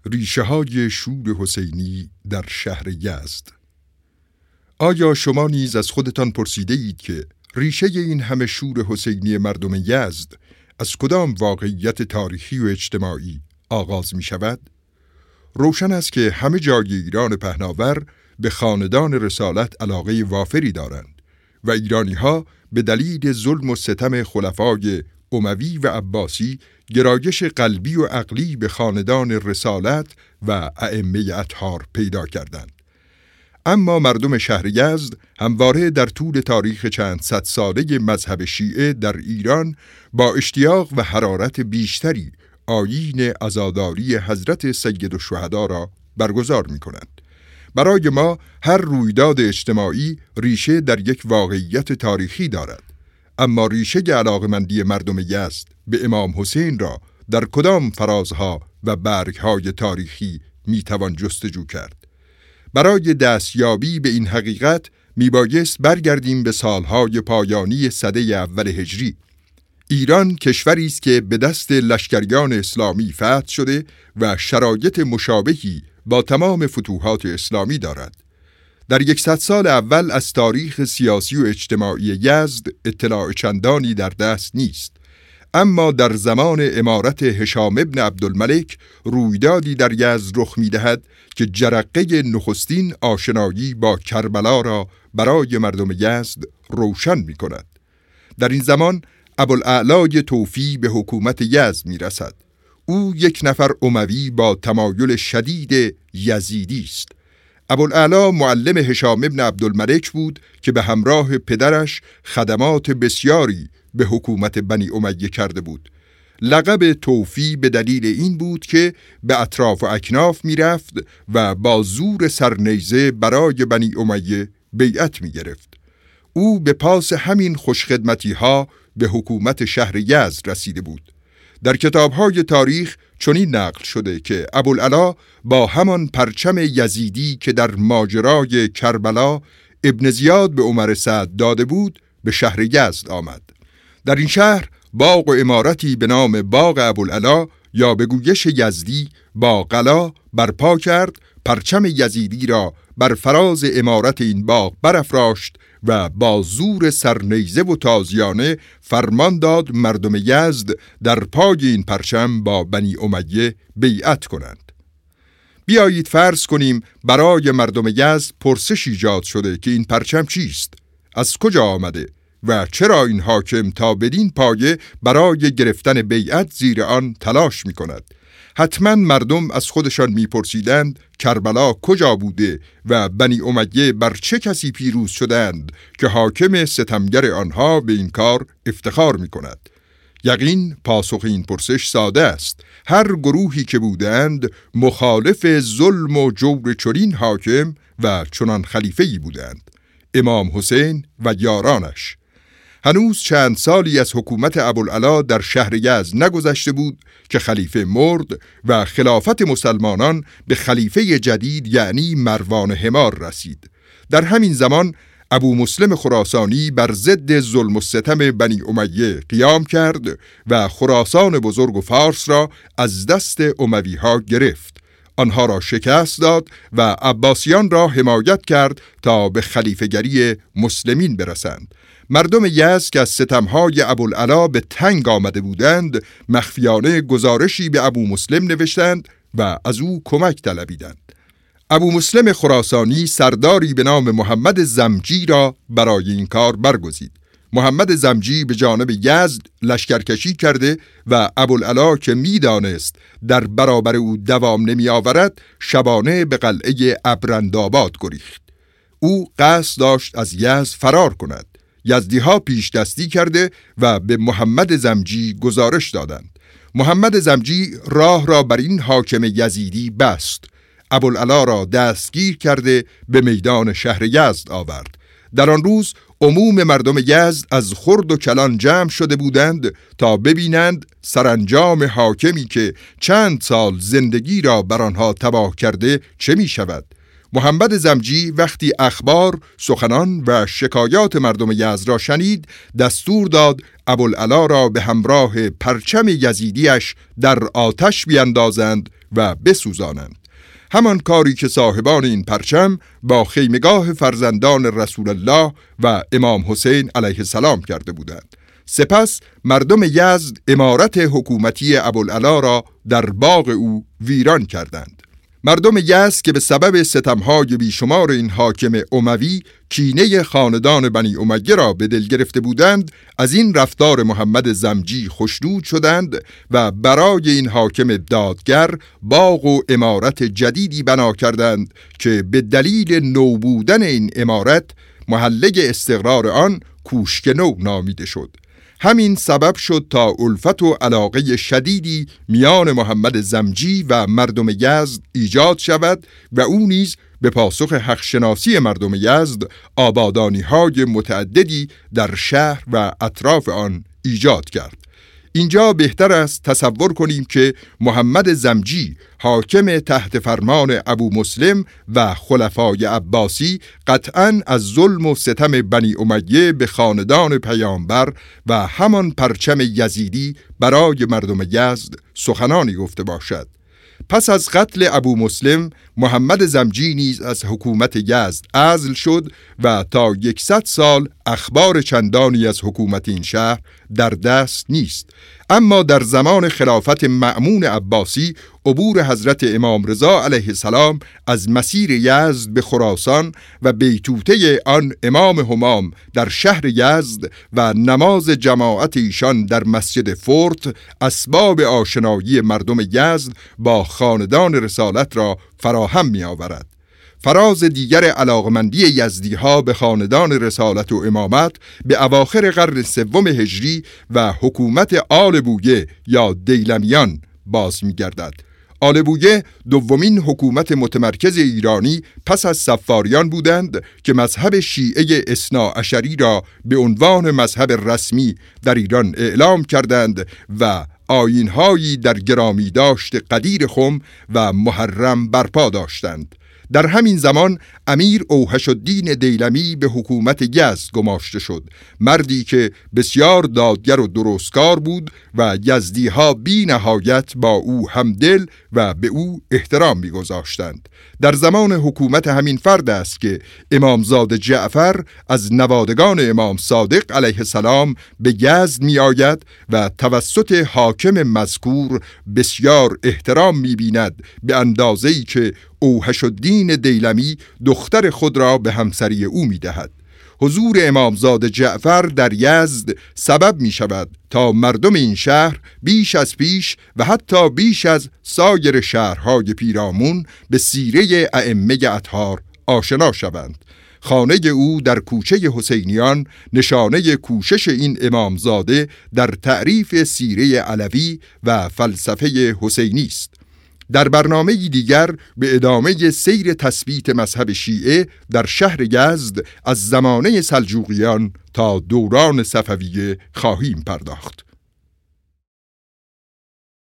ریشه‌های شور حسینی در شهر یزد. آیا شما نیز از خودتان پرسیده اید که ریشه این همه شور حسینی مردم یزد از کدام واقعیت تاریخی و اجتماعی آغاز می شود؟ روشن است که همه جای ایران پهناور به خاندان رسالت علاقه وافری دارند و ایرانی‌ها به دلیل ظلم و ستم خلفای اموی و عباسی گرایش قلبی و عقلی به خاندان رسالت و ائمه اطهار پیدا کردند. اما مردم شهر یزد همواره در طول تاریخ چند صد ساله مذهب شیعه در ایران با اشتیاق و حرارت بیشتری آیین عزاداری حضرت سیدالشهدا را برگزار می‌کنند. برای ما هر رویداد اجتماعی ریشه در یک واقعیت تاریخی دارد، اما ریشه علاقمندی مردم یزد به امام حسین را در کدام فرازها و برگهای تاریخی میتوان جستجو کرد؟ برای دستیابی به این حقیقت میبایست برگردیم به سالهای پایانی سده اول هجری. ایران کشوری است که به دست لشکریان اسلامی فتح شده و شرایط مشابهی با تمام فتوحات اسلامی دارد. در 100 سال اول از تاریخ سیاسی و اجتماعی یزد اطلاع چندانی در دست نیست، اما در زمان امارت هشام ابن عبدالملک رویدادی در یزد رخ می‌دهد که جرقه نخستین آشنایی با کربلا را برای مردم یزد روشن می‌کند. در این زمان ابوالاعلی طوفی به حکومت یزد می‌رسد. او یک نفر اموی با تمایل شدید یزیدی است. ابوالاعلی معلم هشام ابن عبدالملک بود که به همراه پدرش خدمات بسیاری به حکومت بنی امیه کرده بود. لقب طوفی به دلیل این بود که به اطراف و اکناف می رفت و با زور سرنیزه برای بنی امیه بیعت می گرفت. او به پاس همین خوشخدمتی ها به حکومت شهر یزد رسیده بود. در کتاب‌های تاریخ چنین نقل شده که ابوالعلا با همان پرچم یزیدی که در ماجرای کربلا ابن زیاد به عمر سعد داده بود به شهر یزد آمد. در این شهر باغ و عمارتی به نام باغ ابوالعلا یا به گویش یزدی باغلا برپا کرد، پرچم یزیدی را بر فراز عمارت این باغ برافراشت و با زور سرنیزه و تازیانه فرمان داد مردم یزد در پای این پرچم با بنی امیه بیعت کنند. بیایید فرض کنیم برای مردم یزد پرسش ایجاد شده که این پرچم چیست؟ از کجا آمده؟ و چرا این حاکم تا بدین پایه برای گرفتن بیعت زیر آن تلاش می کند؟ حتما مردم از خودشان میپرسیدند کربلا کجا بوده و بنی امیه بر چه کسی پیروز شدند که حاکم ستمگر آنها به این کار افتخار می کند. یقین پاسخ این پرسش ساده است. هر گروهی که بودند مخالف ظلم و جور چنین حاکم و چنان خلیفه‌ای بودند، امام حسین و یارانش. هنوز چند سالی از حکومت ابوالعلا در شهر یزد نگذشته بود که خلیفه مرد و خلافت مسلمانان به خلیفه جدید یعنی مروان حمار رسید. در همین زمان ابو مسلم خراسانی بر ضد ظلم و ستم بنی امیه قیام کرد و خراسان بزرگ و فارس را از دست اموی ها گرفت. آنها را شکست داد و عباسیان را حمایت کرد تا به خلیفه‌گری مسلمین برسند. مردم یزد که از ستمهای ابوالعلا به تنگ آمده بودند مخفیانه گزارشی به ابو مسلم نوشتند و از او کمک طلبیدند. ابو مسلم خراسانی سرداری به نام محمد زمجی را برای این کار برگزید. محمد زمجی به جانب یزد لشکرکشی کرده و ابوالعلا که می‌دانست در برابر او دوام نمی آورد شبانه به قلعه ابرندآباد گریخت. او قصد داشت از یزد فرار کند. یزدی‌ها پیش دستی کرده و به محمد زمجی گزارش دادند. محمد زمجی راه را بر این حاکم یزیدی بست. ابوالعلا را دستگیر کرده به میدان شهر یزد آورد. در آن روز عموم مردم یزد از خرد و کلان جمع شده بودند تا ببینند سرانجام حاکمی که چند سال زندگی را بر آنها تباه کرده چه می شود. محمد زمجی وقتی اخبار، سخنان و شکایات مردم یزد را شنید، دستور داد ابوالعلا را به همراه پرچم یزیدیش در آتش بیندازند و بسوزانند. همان کاری که صاحبان این پرچم با خیمگاه فرزندان رسول الله و امام حسین علیه السلام کرده بودند. سپس مردم یزد امارت حکومتی ابوالعلا را در باغ او ویران کردند. مردم یزد که به سبب ستمهای بیشمار این حاکم اموی کینه خاندان بنی امیه را به دل گرفته بودند، از این رفتار محمد زمجی خوشنود شدند و برای این حاکم دادگر باغ و امارت جدیدی بنا کردند که به دلیل نو بودن این امارت محله استقرار آن کوشک نو نامیده شد. همین سبب شد تا الفت و علاقه شدیدی میان محمد زمجی و مردم یزد ایجاد شود و او نیز به پاسخ حق شناسی مردم یزد آبادانی‌های متعددی در شهر و اطراف آن ایجاد کرد. اینجا بهتر است تصور کنیم که محمد زمجی حاکم تحت فرمان ابو مسلم و خلفای عباسی قطعاً از ظلم و ستم بنی امیه به خاندان پیامبر و همان پرچم یزیدی برای مردم یزد سخنانی گفته باشد. پس از قتل ابو مسلم، محمد زمجی نیز از حکومت یزد عزل شد و تا 100 سال اخبار چندانی از حکومت این شهر در دست نیست. اما در زمان خلافت مأمون عباسی، عبور حضرت امام رضا علیه السلام از مسیر یزد به خراسان و بیتوته آن امام همام در شهر یزد و نماز جماعت ایشان در مسجد فورت اسباب آشنایی مردم یزد با خاندان رسالت را فراهم می آورد. فراز دیگر علاقمندی یزدی ها به خاندان رسالت و امامت به اواخر قرن 3 هجری و حکومت آل بویه یا دیلمیان باز می گردد. آل بویه دومین حکومت متمرکز ایرانی پس از صفاریان بودند که مذهب شیعه اثناعشری را به عنوان مذهب رسمی در ایران اعلام کردند و آیین‌هایی در گرامی داشت قدیر خم و محرم برپا داشتند. در همین زمان امیر اوحش‌الدین دیلمی به حکومت یزد گماشته شد، مردی که بسیار دادگر و درستکار بود و یزدی‌ها بی نهایت با او همدل و به او احترام می‌گذاشتند. در زمان حکومت همین فرد است که امامزاده جعفر از نوادگان امام صادق علیه السلام به یزد می‌آید و توسط حاکم مذکور بسیار احترام می‌بیند، به اندازه‌ای که اوحش‌الدین دیلمی دختر خود را به همسری او می‌دهد. حضور امامزاده جعفر در یزد سبب می شود تا مردم این شهر بیش از پیش و حتی بیش از سایر شهرهای پیرامون به سیره ائمه اطهار آشنا شوند. خانه او در کوچه حسینیان نشانه کوشش این امامزاده در تعریف سیره علوی و فلسفه حسینی است. در برنامه دیگر به ادامه سیر تثبیت مذهب شیعه در شهر یزد از زمانه سلجوقیان تا دوران صفویه خواهیم پرداخت.